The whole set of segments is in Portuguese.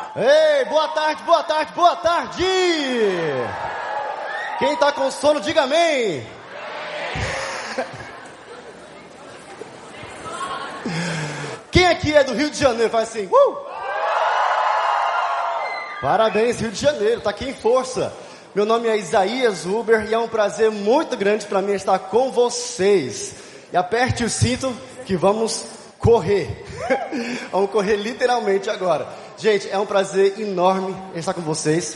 Ei, boa tarde, boa tarde, boa tarde! Quem tá com sono, diga amém! Quem aqui é do Rio de Janeiro? Faz assim, Parabéns, Rio de Janeiro, tá aqui em força. Meu nome é Isaías Huber e é um prazer muito grande para mim estar com vocês. E aperte o cinto que vamos correr. Vamos correr literalmente agora. Gente, é um prazer enorme estar com vocês.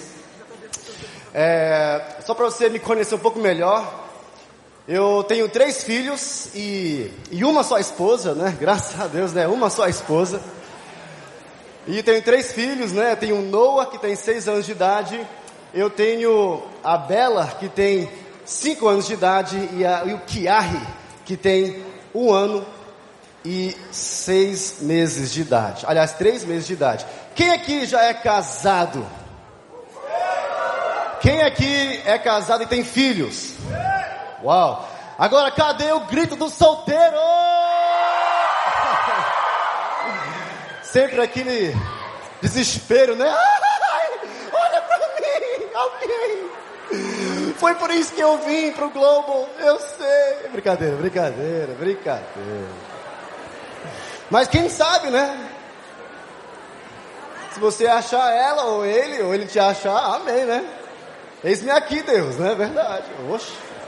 Só para você me conhecer um pouco melhor, eu tenho 3 filhos e uma só esposa, né? Graças a Deus, né? Uma só esposa. E tenho 3 filhos, né? Tenho o Noah, que tem 6 anos de idade. Eu tenho a Bela, que tem 5 anos de idade. E o Kiari, que tem 1 ano e 6 meses de idade. Aliás, 3 meses de idade. Quem aqui já é casado? Quem aqui é casado e tem filhos? Uau! Agora, cadê o grito do solteiro? Sempre aquele desespero, né? Ai, olha pra mim, alguém. Foi por isso que eu vim pro Globo, eu sei. Brincadeira. Mas quem sabe, né? Se você achar ela ou ele te achar, amém, né? Eis-me aqui, Deus, né? Verdade. Oxe.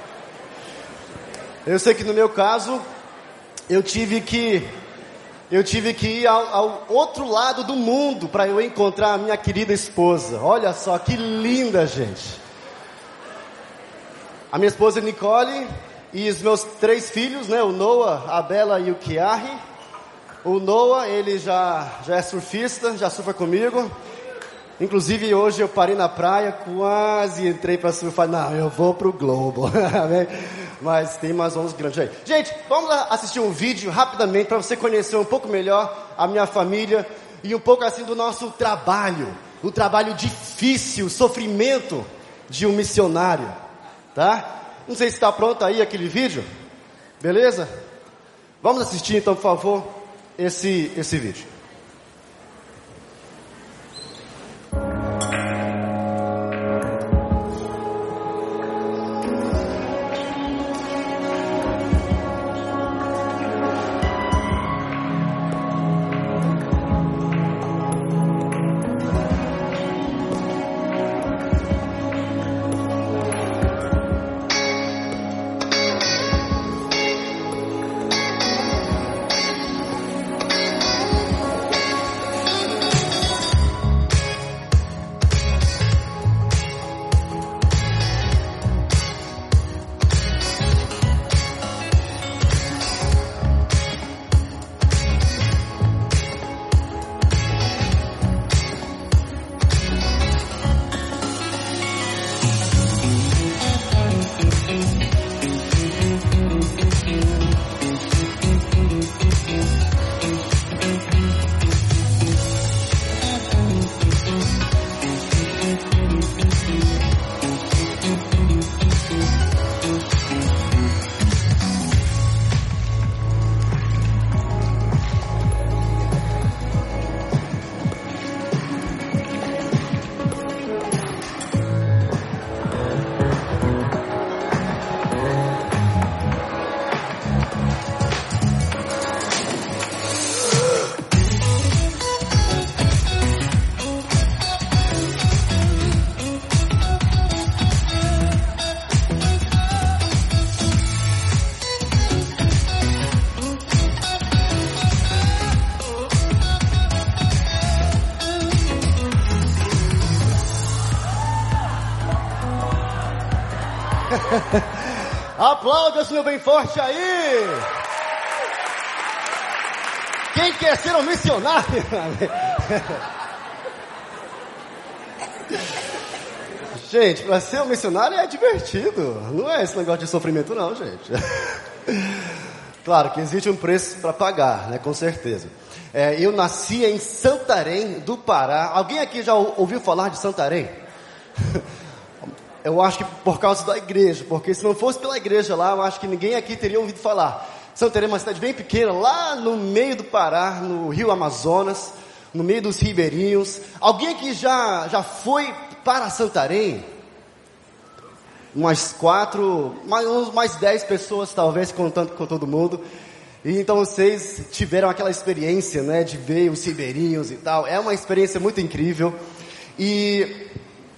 Eu sei que no meu caso, eu tive que ir ao outro lado do mundo para eu encontrar a minha querida esposa. Olha só que linda, gente. A minha esposa Nicole e os meus 3 filhos, né? O Noah, a Bela e o Kiari. O Noah, ele já é surfista, já surfa comigo. Inclusive hoje eu parei na praia, quase entrei para surfar. Não, eu vou pro Globo. Mas tem mais uns grandes aí. Gente, vamos lá assistir um vídeo rapidamente para você conhecer um pouco melhor a minha família e um pouco assim do nosso trabalho. O trabalho difícil, o sofrimento de um missionário. Tá? Não sei se está pronto aí aquele vídeo. Beleza? Vamos assistir então, por favor, esse vídeo. Aplauda-se, meu bem forte aí. Quem quer ser um missionário? Gente, para ser um missionário é divertido. Não é esse negócio de sofrimento não, gente. Claro que existe um preço para pagar, né? Com certeza. Eu nasci em Santarém do Pará. Alguém aqui já ouviu falar de Santarém? Eu acho que por causa da igreja, porque se não fosse pela igreja lá, eu acho que ninguém aqui teria ouvido falar. Santarém é uma cidade bem pequena, lá no meio do Pará, no Rio Amazonas, no meio dos ribeirinhos. Alguém que já foi para Santarém? Mais 10 pessoas talvez, contando com todo mundo. E então vocês tiveram aquela experiência, né, de ver os ribeirinhos e tal. É uma experiência muito incrível. E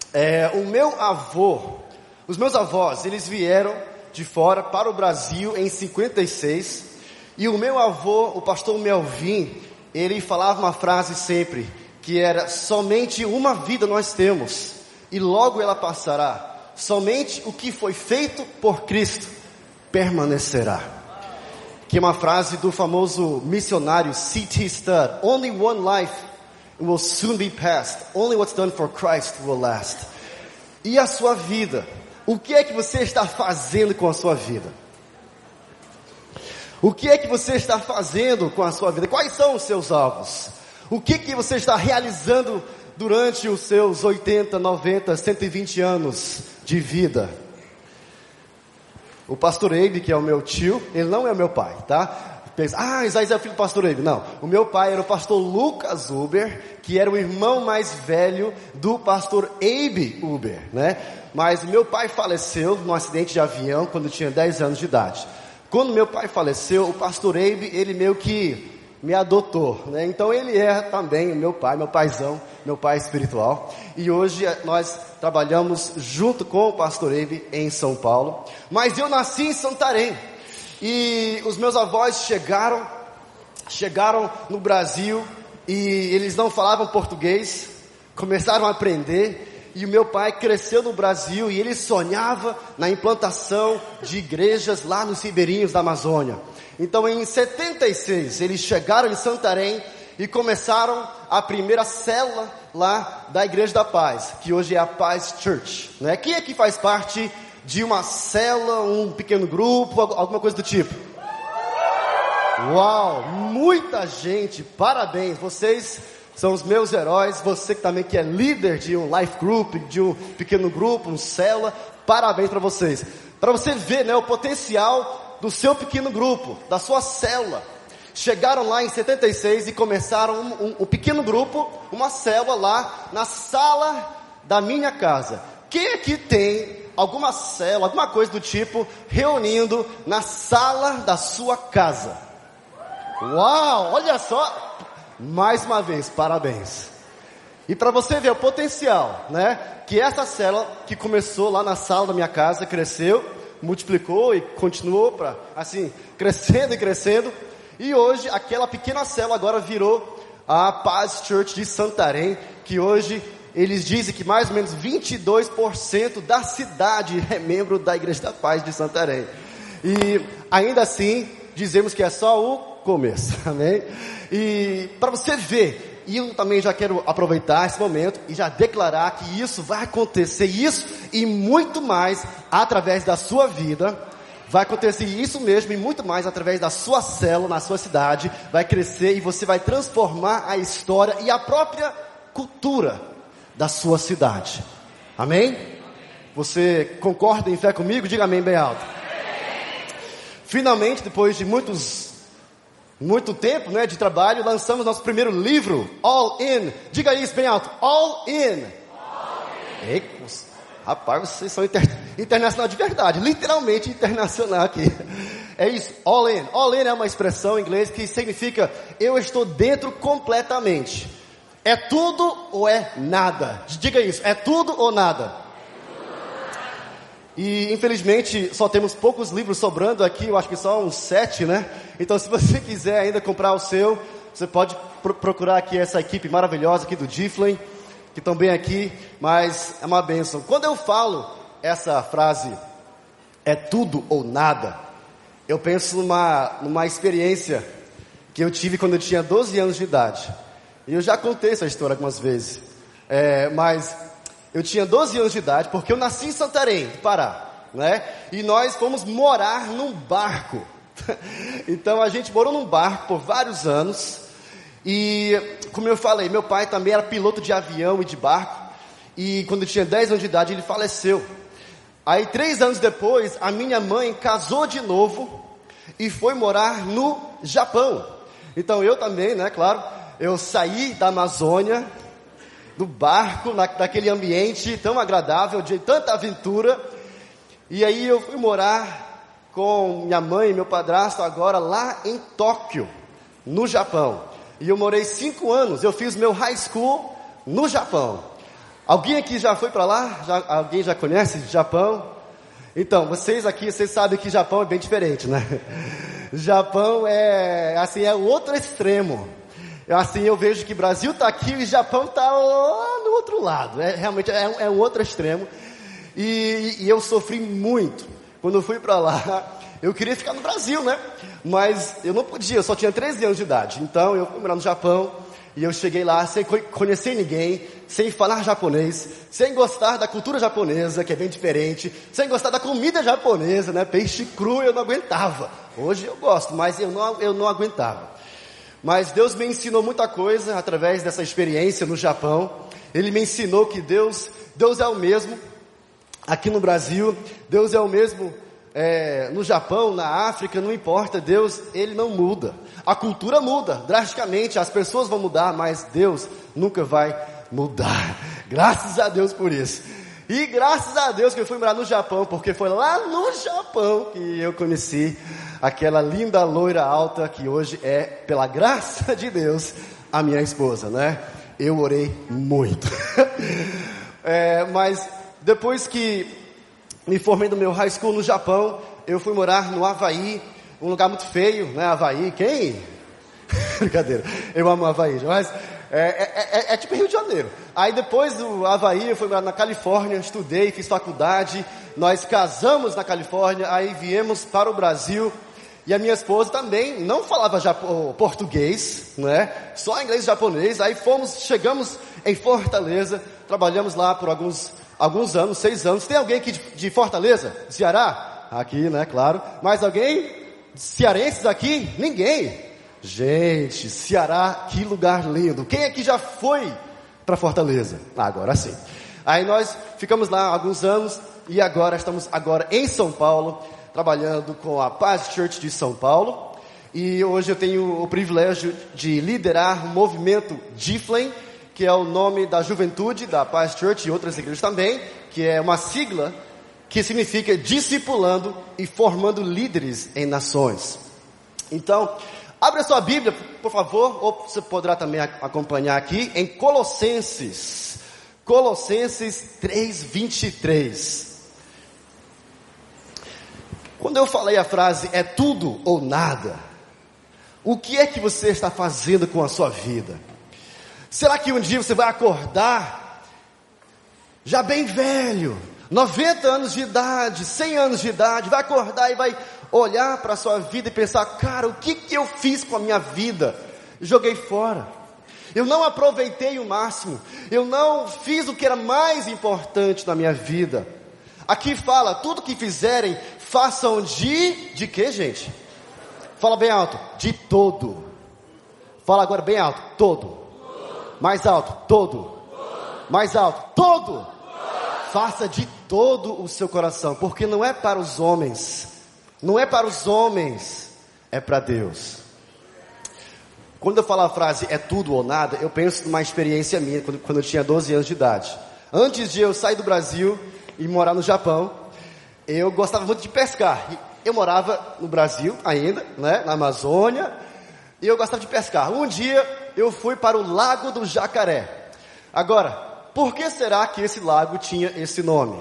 os meus avós, eles vieram de fora para o Brasil em 56. E o meu avô, o pastor Melvin, ele falava uma frase sempre, que era: somente uma vida nós temos, e logo ela passará. Somente o que foi feito por Cristo permanecerá. Que é uma frase do famoso missionário C.T. Studd: only one life will soon be past. Only what's done for Christ will last. E a sua vida? O que é que você está fazendo com a sua vida? O que é que você está fazendo com a sua vida? Quais são os seus alvos? O que você está realizando durante os seus 80, 90, 120 anos de vida? O pastor Abe, que é o meu tio, ele não é meu pai, tá? Pensa, Isaías é filho do pastor Abe. Não, o meu pai era o pastor Lucas Uber, que era o irmão mais velho do pastor Abe Uber, né? Mas meu pai faleceu num acidente de avião quando tinha 10 anos de idade. Quando meu pai faleceu, o pastor Abe, ele meio que me adotou, né? Então ele é também meu pai, meu paizão, meu pai espiritual. E hoje nós trabalhamos junto com o pastor Abe em São Paulo. Mas eu nasci em Santarém. E os meus avós chegaram no Brasil e eles não falavam português, começaram a aprender. E o meu pai cresceu no Brasil e ele sonhava na implantação de igrejas lá nos ribeirinhos da Amazônia. Então em 76 eles chegaram em Santarém e começaram a primeira célula lá da Igreja da Paz, que hoje é a Paz Church, né? Quem aqui faz parte de uma célula, um pequeno grupo, alguma coisa do tipo? Uau, muita gente, parabéns, vocês são os meus heróis. Você que também que é líder de um life group, de um pequeno grupo, um célula, parabéns para vocês. Para você ver, né, o potencial do seu pequeno grupo, da sua célula. Chegaram lá em 76 e começaram um pequeno grupo, uma célula lá na sala da minha casa. Quem aqui tem alguma célula, alguma coisa do tipo, reunindo na sala da sua casa? Uau, olha só! Mais uma vez, parabéns. E para você ver o potencial, né? Que essa célula que começou lá na sala da minha casa, cresceu, multiplicou e continuou para, assim, crescendo e crescendo. E hoje, aquela pequena célula agora virou a Paz Church de Santarém, que hoje eles dizem que mais ou menos 22% da cidade é membro da Igreja da Paz de Santarém. E ainda assim, dizemos que é só o começo, amém? E para você ver, e eu também já quero aproveitar esse momento e já declarar que isso vai acontecer, isso e muito mais através da sua vida. Vai acontecer isso mesmo e muito mais através da sua célula, na sua cidade. Vai crescer e você vai transformar a história e a própria cultura da sua cidade. Amém? Você concorda em fé comigo? Diga amém bem alto. Finalmente, depois de muito tempo, né, de trabalho, lançamos nosso primeiro livro, All In. Diga isso bem alto. All In. Ei, rapaz, vocês são internacional de verdade, literalmente internacional aqui. É isso, all in. All in é uma expressão em inglês que significa eu estou dentro completamente. É tudo ou é nada? Diga isso, é tudo ou nada? E infelizmente só temos poucos livros sobrando aqui, eu acho que só uns 7, né? Então se você quiser ainda comprar o seu, você pode procurar aqui essa equipe maravilhosa aqui do Giflin, que estão bem aqui, mas é uma bênção. Quando eu falo essa frase, é tudo ou nada, eu penso numa experiência que eu tive quando eu tinha 12 anos de idade. E eu já contei essa história algumas vezes. Mas eu tinha 12 anos de idade, porque eu nasci em Santarém, Pará, né? E nós fomos morar num barco. Então a gente morou num barco por vários anos. E, como eu falei, meu pai também era piloto de avião e de barco. E quando eu tinha 10 anos de idade, ele faleceu. Aí 3 anos depois, a minha mãe casou de novo e foi morar no Japão. Então eu também, né, claro, Eu saí da Amazônia, do barco, daquele ambiente tão agradável, de tanta aventura. E aí eu fui morar com minha mãe e meu padrasto agora lá em Tóquio, no Japão. E eu morei 5 anos, eu fiz meu high school no Japão. Alguém aqui já foi para lá? Alguém já conhece Japão? Então, vocês aqui, vocês sabem que Japão é bem diferente, né? Japão é o outro extremo. Assim, eu vejo que o Brasil está aqui e o Japão está lá no outro lado. Realmente é um outro extremo. E eu sofri muito. Quando eu fui para lá, eu queria ficar no Brasil, né? Mas eu não podia, eu só tinha 13 anos de idade. Então, eu fui morar no Japão. E eu cheguei lá sem conhecer ninguém, sem falar japonês, sem gostar da cultura japonesa, que é bem diferente, sem gostar da comida japonesa, né? Peixe cru eu não aguentava. Hoje eu gosto, mas eu não aguentava. Mas Deus me ensinou muita coisa através dessa experiência no Japão. Ele me ensinou que Deus é o mesmo aqui no Brasil, Deus é o mesmo no Japão, na África, não importa, Deus, Ele não muda. A cultura muda drasticamente, as pessoas vão mudar, mas Deus nunca vai mudar. Graças a Deus por isso. E graças a Deus que eu fui morar no Japão, porque foi lá no Japão que eu conheci aquela linda loira alta que hoje é, pela graça de Deus, a minha esposa, né? Eu orei muito. Mas depois que me formei do meu high school no Japão, eu fui morar no Havaí, um lugar muito feio, né? Havaí, quem? Brincadeira, eu amo o Havaí, mas é tipo Rio de Janeiro. Aí depois do Havaí, eu fui morar na Califórnia, estudei, fiz faculdade, nós casamos na Califórnia, aí viemos para o Brasil, e a minha esposa também não falava português, né? Só inglês e japonês. Aí chegamos em Fortaleza, trabalhamos lá por alguns anos, 6 anos. Tem alguém aqui de Fortaleza? Ceará? Aqui, né? Claro. Mais alguém? Cearenses aqui? Ninguém. Gente, Ceará, que lugar lindo. Quem aqui já foi para Fortaleza? Agora sim. Aí nós ficamos lá alguns anos e agora estamos em São Paulo, trabalhando com a Paz Church de São Paulo. E hoje eu tenho o privilégio de liderar o movimento Giflame, que é o nome da juventude da Paz Church e outras igrejas também, que é uma sigla que significa discipulando e formando líderes em nações. Então, abre a sua Bíblia, por favor, ou você poderá também acompanhar aqui em Colossenses 3:23. Quando eu falei a frase é tudo ou nada, o que é que você está fazendo com a sua vida? Será que um dia você vai acordar já bem velho, 90 anos de idade, 100 anos de idade, vai acordar e vai olhar para a sua vida e pensar, cara, o que eu fiz com a minha vida? Joguei fora. Eu não aproveitei o máximo. Eu não fiz o que era mais importante na minha vida. Aqui fala, tudo que fizerem, façam de quê, gente? Fala bem alto, de todo. Fala agora bem alto, todo. Mais alto, todo. Mais alto, todo. Faça de todo o seu coração, porque não é para os homens. Não é para os homens, é para Deus. Quando eu falo a frase é tudo ou nada, eu penso numa experiência minha quando eu tinha 12 anos de idade. Antes de eu sair do Brasil e morar no Japão, eu gostava muito de pescar. Eu morava no Brasil ainda, né, na Amazônia, e eu gostava de pescar. Um dia eu fui para o Lago do Jacaré. Agora, por que será que esse lago tinha esse nome?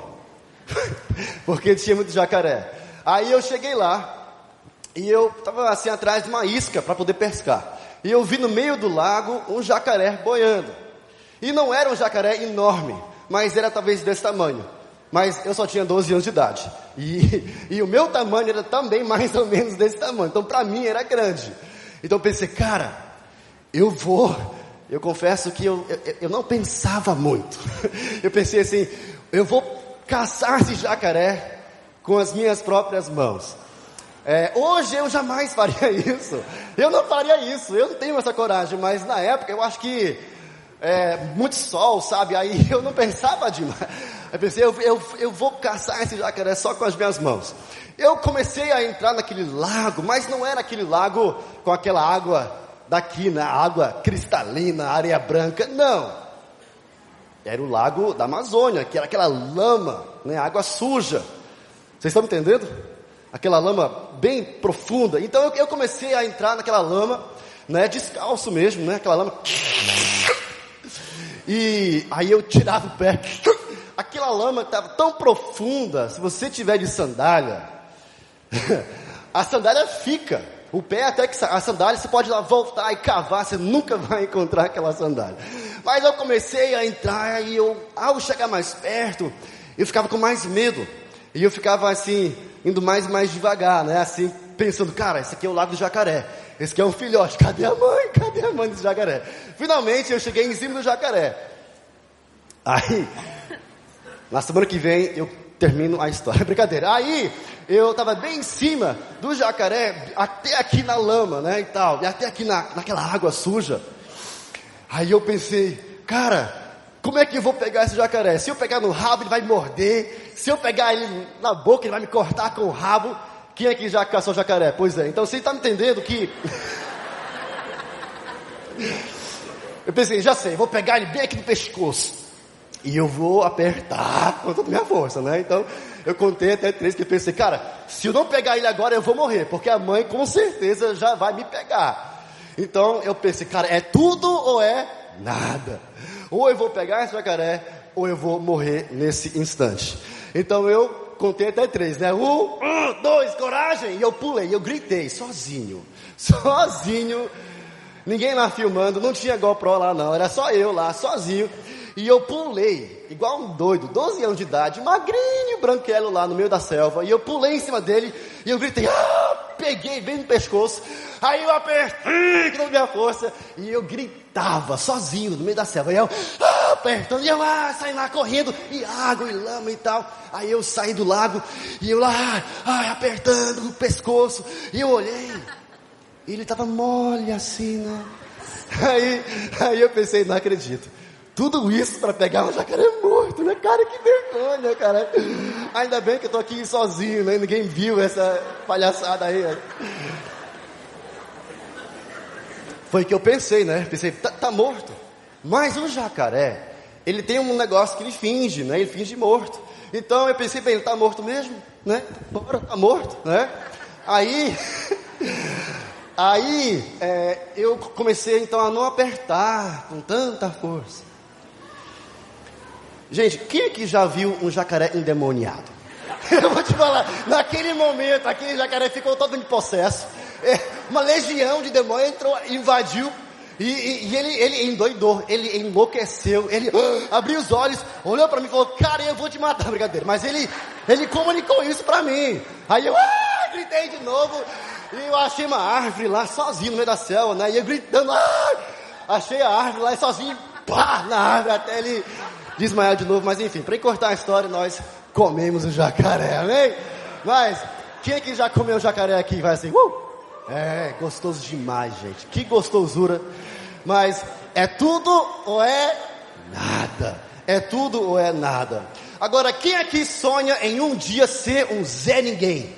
Porque tinha muito jacaré. Aí eu cheguei lá e eu estava assim atrás de uma isca para poder pescar. E eu vi no meio do lago um jacaré boiando. E não era um jacaré enorme, mas era talvez desse tamanho. Mas eu só tinha 12 anos de idade. E o meu tamanho era também mais ou menos desse tamanho. Então para mim era grande. Então eu pensei, cara, eu confesso que eu não pensava muito. Eu pensei assim, eu vou caçar esse jacaré com as minhas próprias mãos. Hoje eu jamais faria isso. Eu não faria isso. Eu não tenho essa coragem. Mas na época eu acho que muito sol, sabe? Aí eu não pensava demais. Eu pensei, eu vou caçar esse jacaré só com as minhas mãos. Eu comecei a entrar naquele lago, mas não era aquele lago com aquela água daqui, né? Água cristalina, areia branca. Não. Era o lago da Amazônia, que era aquela lama, né? Água suja. Vocês estão me entendendo? Aquela lama bem profunda. Então eu comecei a entrar naquela lama, né? Descalço mesmo, né? Aquela lama. E aí eu tirava o pé. Aquela lama estava tão profunda. Se você tiver de sandália, a sandália fica. O pé até que a sandália você pode lá voltar e cavar, você nunca vai encontrar aquela sandália. Mas eu comecei a entrar e ao chegar mais perto, eu ficava com mais medo. E eu ficava assim, indo mais e mais devagar, né? Assim, pensando, cara, esse aqui é o Lago do Jacaré. Esse aqui é um filhote, cadê a mãe? Cadê a mãe desse jacaré? Finalmente eu cheguei em cima do jacaré. Aí, na semana que vem eu termino a história. Brincadeira. Aí, eu estava bem em cima do jacaré, até aqui na lama, né, e tal. E até aqui naquela água suja. Aí eu pensei, cara, como é que eu vou pegar esse jacaré? Se eu pegar no rabo, ele vai me morder. Se eu pegar ele na boca, ele vai me cortar com o rabo. Quem é que já caçou jacaré? Pois é, então você está me entendendo que... Eu pensei, já sei, vou pegar ele bem aqui no pescoço. E eu vou apertar com toda a minha força, né? Então, eu contei até 3, que eu pensei, cara, se eu não pegar ele agora, eu vou morrer. Porque a mãe, com certeza, já vai me pegar. Então, eu pensei, cara, é tudo ou é nada? Ou eu vou pegar esse jacaré, ou eu vou morrer nesse instante. Então, eu contei até 3, né? 1, 2, coragem! E eu pulei, eu gritei, sozinho. Ninguém lá filmando, não tinha GoPro lá não, era só eu lá, sozinho. E eu pulei, igual um doido, 12 anos de idade, magrinho, branquelo lá no meio da selva. E eu pulei em cima dele, e eu gritei, peguei bem no pescoço. Aí eu apertei com toda a minha força, e eu gritava, sozinho, no meio da selva. E eu, apertando, e eu saí lá correndo, e água, e lama e tal. Aí eu saí do lago, e eu lá, apertando o pescoço. E eu olhei, e ele estava mole assim, né? Aí eu pensei, não acredito. Tudo isso para pegar um jacaré morto, né? Cara, que vergonha, cara. Ainda bem que eu tô aqui sozinho, né? Ninguém viu essa palhaçada aí. Foi o que eu pensei, né? Pensei, tá morto. Mas o jacaré, ele tem um negócio que ele finge, né? Ele finge morto. Então eu pensei, bem, ele tá morto mesmo, né? Bora, tá morto, né? Aí eu comecei então a não apertar com tanta força. Gente, quem aqui já viu um jacaré endemoniado? Eu vou te falar, naquele momento, aquele jacaré ficou todo em possesso. Uma legião de demônios entrou, invadiu, e ele endoidou, ele enlouqueceu, ele abriu os olhos, olhou pra mim e falou, cara, eu vou te matar, brincadeira. Mas ele comunicou isso pra mim. Aí eu gritei de novo, e eu achei uma árvore lá, sozinho no meio da selva, né? E eu gritando, achei a árvore lá, sozinho, pá, na árvore, até ele desmaiar de novo. Mas enfim, para encurtar a história, nós comemos o jacaré, amém? Mas, quem é que já comeu o jacaré aqui? Vai assim, gostoso demais, gente, que gostosura. Mas, é tudo ou é nada? É tudo ou é nada? Agora, quem aqui sonha em um dia ser um Zé Ninguém?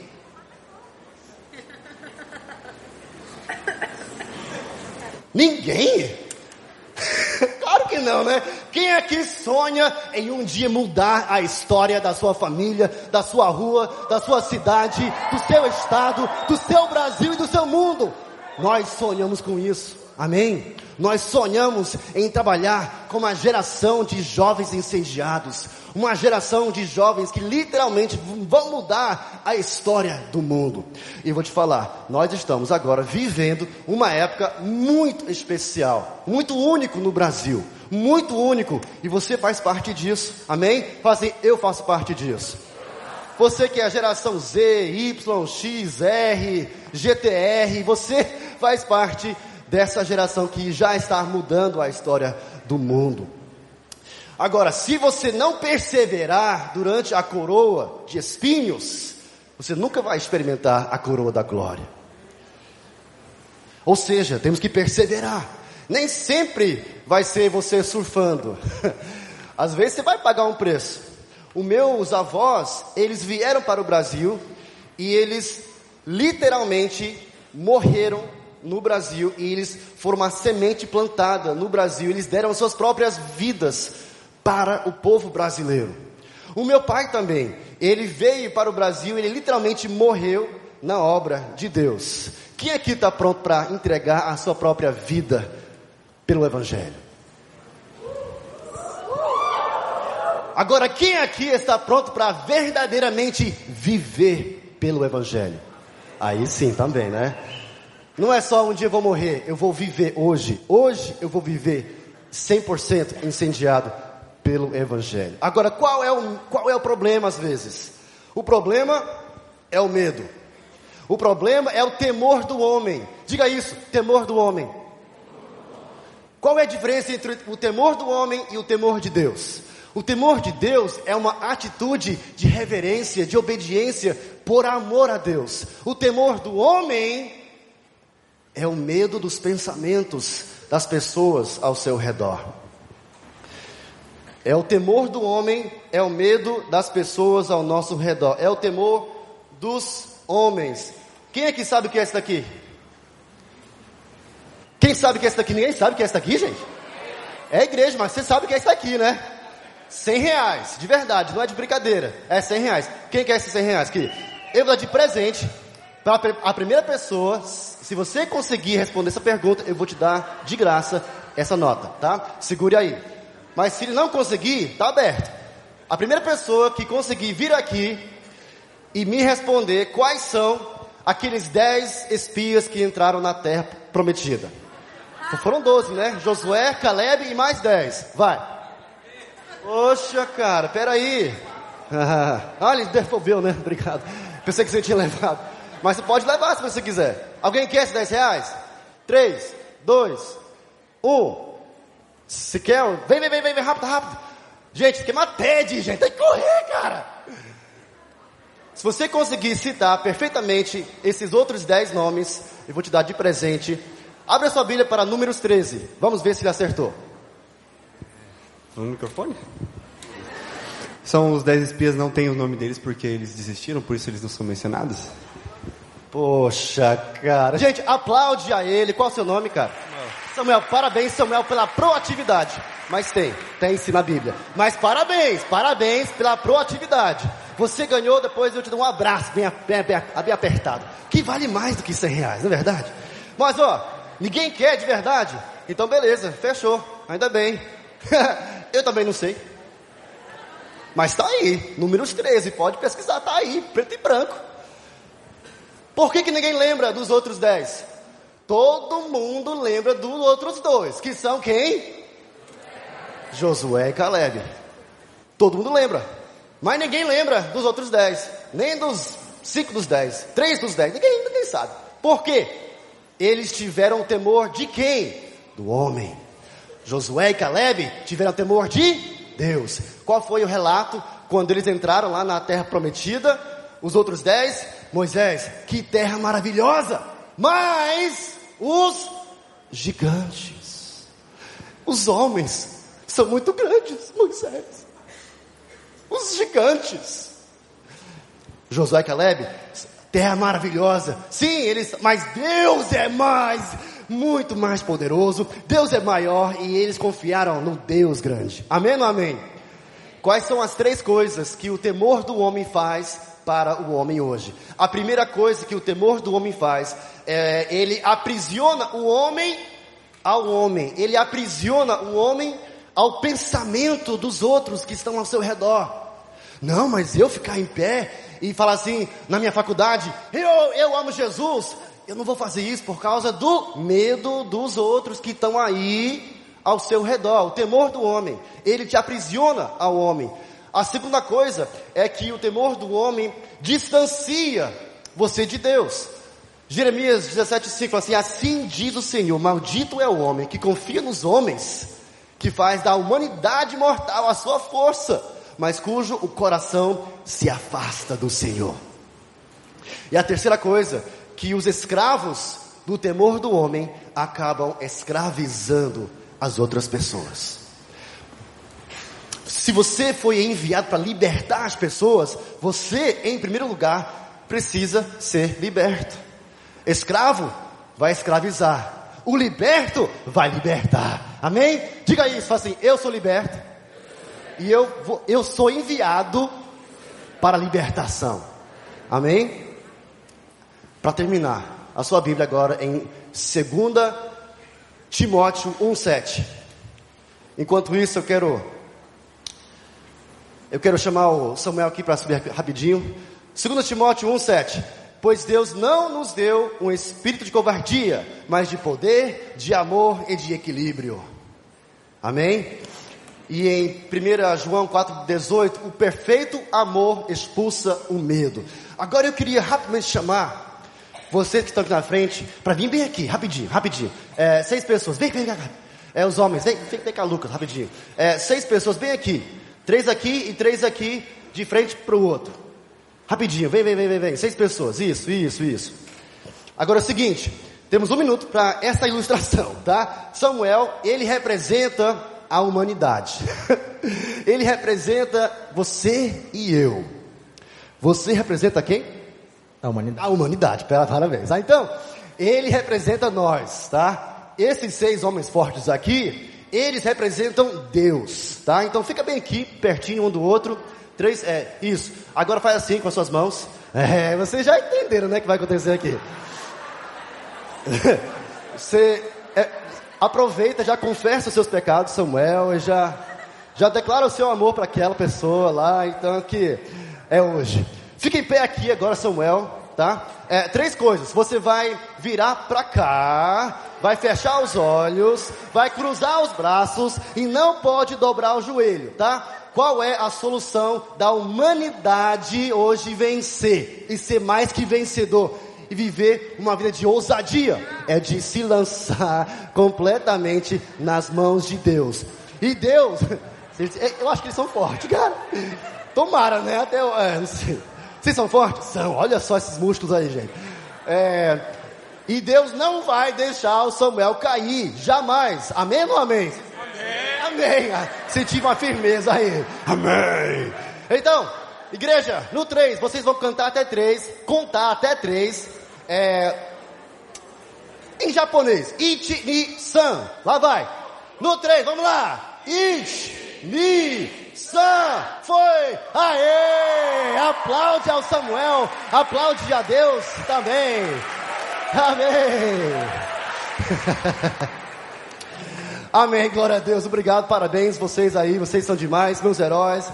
Ninguém? Claro que não, né? Quem aqui sonha em um dia mudar a história da sua família, da sua rua, da sua cidade, do seu estado, do seu Brasil e do seu mundo? Nós sonhamos com isso, amém? Nós sonhamos em trabalhar com uma geração de jovens incendiados, uma geração de jovens que literalmente vão mudar a história do mundo. E vou te falar, nós estamos agora vivendo uma época muito especial, muito único no Brasil, muito único, e você faz parte disso, amém? Fala assim, eu faço parte disso. Você que é a geração Z, Y, X, R, GTR, você faz parte dessa geração que já está mudando a história do mundo. Agora, se você não perseverar durante a coroa de espinhos, você nunca vai experimentar a coroa da glória. Ou seja, temos que perseverar. Nem sempre vai ser você surfando. Às vezes você vai pagar um preço. Os meus avós, eles vieram para o Brasil e eles literalmente morreram no Brasil e eles foram uma semente plantada no Brasil. Eles deram suas próprias vidas para o povo brasileiro. O meu pai também, ele veio para o Brasil, ele literalmente morreu na obra de Deus. Quem aqui está pronto para entregar a sua própria vida pelo Evangelho? Agora, quem aqui está pronto para verdadeiramente viver pelo Evangelho? Aí sim, também, né? Não é só um dia eu vou morrer, eu vou viver hoje. Hoje eu vou viver 100% incendiado pelo Evangelho. Agora, qual é o problema às vezes? O problema é o medo. O problema é o temor do homem. Diga isso, temor do homem. Qual é a diferença entre o temor do homem e o temor de Deus? O temor de Deus é uma atitude de reverência, de obediência, por amor a Deus. O temor do homem é o medo dos pensamentos das pessoas ao seu redor. É o temor do homem, é o medo das pessoas ao nosso redor. É o temor dos homens. Quem é que sabe o que é isso daqui? Quem sabe o que é isso daqui? Ninguém sabe o que é isso daqui, gente? É a igreja, mas você sabe o que é isso daqui, né? R$100, de verdade, não é de brincadeira. É R$100. Quem quer esses R$100 aqui? Eu vou dar de presente para a primeira pessoa. Se você conseguir responder essa pergunta, eu vou te dar de graça essa nota, tá? Segure aí. Mas se ele não conseguir, tá aberto. A primeira pessoa que conseguir vir aqui e me responder quais são aqueles 10 espias que entraram na terra prometida. Foram 12, né? Josué, Caleb e mais 10. Vai. Poxa, cara, peraí. Ele devolveu, né? Obrigado. Pensei que você tinha levado. Mas você pode levar se você quiser. Alguém quer esses R$10? 3, 2, 1. Se quer, vem, rápido. Gente, queima TED, gente. Tem que correr, cara. Se você conseguir citar perfeitamente esses outros 10 nomes, eu vou te dar de presente. Abre a sua Bíblia para Números 13. Vamos ver se ele acertou. No microfone? São os 10 espias, não tem o nome deles porque eles desistiram, por isso eles não são mencionados. Poxa, cara. Gente, aplaude a ele. Qual é o seu nome, cara? Samuel, parabéns, Samuel, pela proatividade. Mas tem sim na Bíblia. Mas parabéns pela proatividade. Você ganhou, depois eu te dou um abraço bem apertado. Que vale mais do que R$100, não é verdade? Mas ninguém quer de verdade? Então beleza, fechou, ainda bem. Eu também não sei. Mas tá aí, Números 13, pode pesquisar, tá aí, preto e branco. Por que ninguém lembra dos outros 10? Todo mundo lembra dos outros 2, que são quem? Josué e Caleb. Todo mundo lembra. Mas ninguém lembra dos outros 10. Nem dos 5 dos 10. 3 dos 10. Ninguém sabe. Por quê? Eles tiveram temor de quem? Do homem. Josué e Caleb tiveram temor de Deus. Qual foi o relato quando eles entraram lá na terra prometida? Os outros 10, Moisés, que terra maravilhosa. Mas os gigantes, os homens são muito grandes, Moisés. Os gigantes. Josué e Caleb, terra maravilhosa. Sim, mas Deus é muito mais poderoso. Deus é maior e eles confiaram no Deus grande. Amém ou amém? Quais são as 3 coisas que o temor do homem faz para o homem hoje? A primeira coisa que o temor do homem faz é ele aprisiona o homem ao homem. Ele aprisiona o homem ao pensamento dos outros que estão ao seu redor. Não, mas eu ficar em pé e falar assim na minha faculdade, eu amo Jesus, eu não vou fazer isso por causa do medo dos outros que estão aí ao seu redor. O temor do homem, ele te aprisiona ao homem. A segunda coisa é que o temor do homem distancia você de Deus. Jeremias 17,5 fala assim: assim diz o Senhor, maldito é o homem que confia nos homens, que faz da humanidade mortal a sua força, mas cujo o coração se afasta do Senhor. E a terceira coisa, que os escravos do temor do homem acabam escravizando as outras pessoas. Se você foi enviado para libertar as pessoas, você, em primeiro lugar, precisa ser liberto. Escravo vai escravizar. O liberto vai libertar. Amém? Diga isso, fala assim: eu sou liberto. E eu sou enviado para a libertação. Amém? Para terminar, a sua Bíblia agora em 2 Timóteo 1:7. Enquanto isso, eu quero chamar o Samuel aqui para subir rapidinho. 2 Timóteo 1:7. Pois Deus não nos deu um espírito de covardia, mas de poder, de amor e de equilíbrio. Amém? E em 1 João 4:18, o perfeito amor expulsa o medo. Agora eu queria rapidamente chamar vocês que estão aqui na frente, para vir bem aqui, rapidinho. 6 pessoas, vem cá. Os homens, vem cá, Lucas, rapidinho. 6 pessoas, bem aqui. 3 aqui e 3 aqui, de frente para o outro. Rapidinho, vem. 6 pessoas, isso. Agora é o seguinte, temos 1 minuto para essa ilustração, tá? Samuel, ele representa a humanidade. Ele representa você e eu. Você representa quem? A humanidade. A humanidade, parabéns. Então, ele representa nós, tá? Esses 6 homens fortes aqui, eles representam Deus, tá? Então fica bem aqui, pertinho um do outro. 3, isso. Agora faz assim com as suas mãos. Vocês já entenderam, né, o que vai acontecer aqui. Você aproveita, já confessa os seus pecados, Samuel, e já declara o seu amor para aquela pessoa lá. Então que é hoje. Fica em pé aqui agora, Samuel, tá? 3 coisas. Você vai virar para cá, vai fechar os olhos, vai cruzar os braços e não pode dobrar o joelho, tá? Qual é a solução da humanidade hoje vencer e ser mais que vencedor e viver uma vida de ousadia? É de se lançar completamente nas mãos de Deus. E Deus, eu acho que eles são fortes, cara. Tomara, né? Não sei. Vocês são fortes? São. Olha só esses músculos aí, gente. E Deus não vai deixar o Samuel cair, jamais. Amém ou não amém? Amém. Senti uma firmeza aí. Amém. Então, igreja, no 3, vocês vão cantar até 3, contar até 3. Em japonês. Ichi, ni, san. Lá vai. No 3, vamos lá. Ichi, ni, san. Foi. Aê. Aplaude ao Samuel. Aplaude a Deus também. Amém. Amém, glória a Deus, obrigado, parabéns, vocês aí, vocês são demais, meus heróis.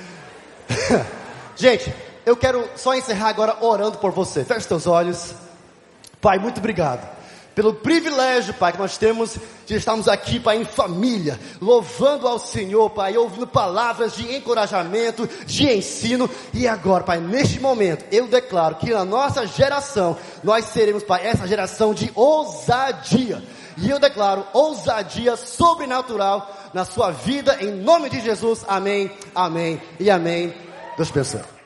Gente, eu quero só encerrar agora orando por você. Feche seus olhos. Pai, muito obrigado pelo privilégio, Pai, que nós temos de estarmos aqui, Pai, em família, louvando ao Senhor, Pai, ouvindo palavras de encorajamento, de ensino. E agora, Pai, neste momento, eu declaro que na nossa geração, nós seremos, Pai, essa geração de ousadia. E eu declaro ousadia sobrenatural na sua vida, em nome de Jesus. Amém, amém e amém. Deus abençoe.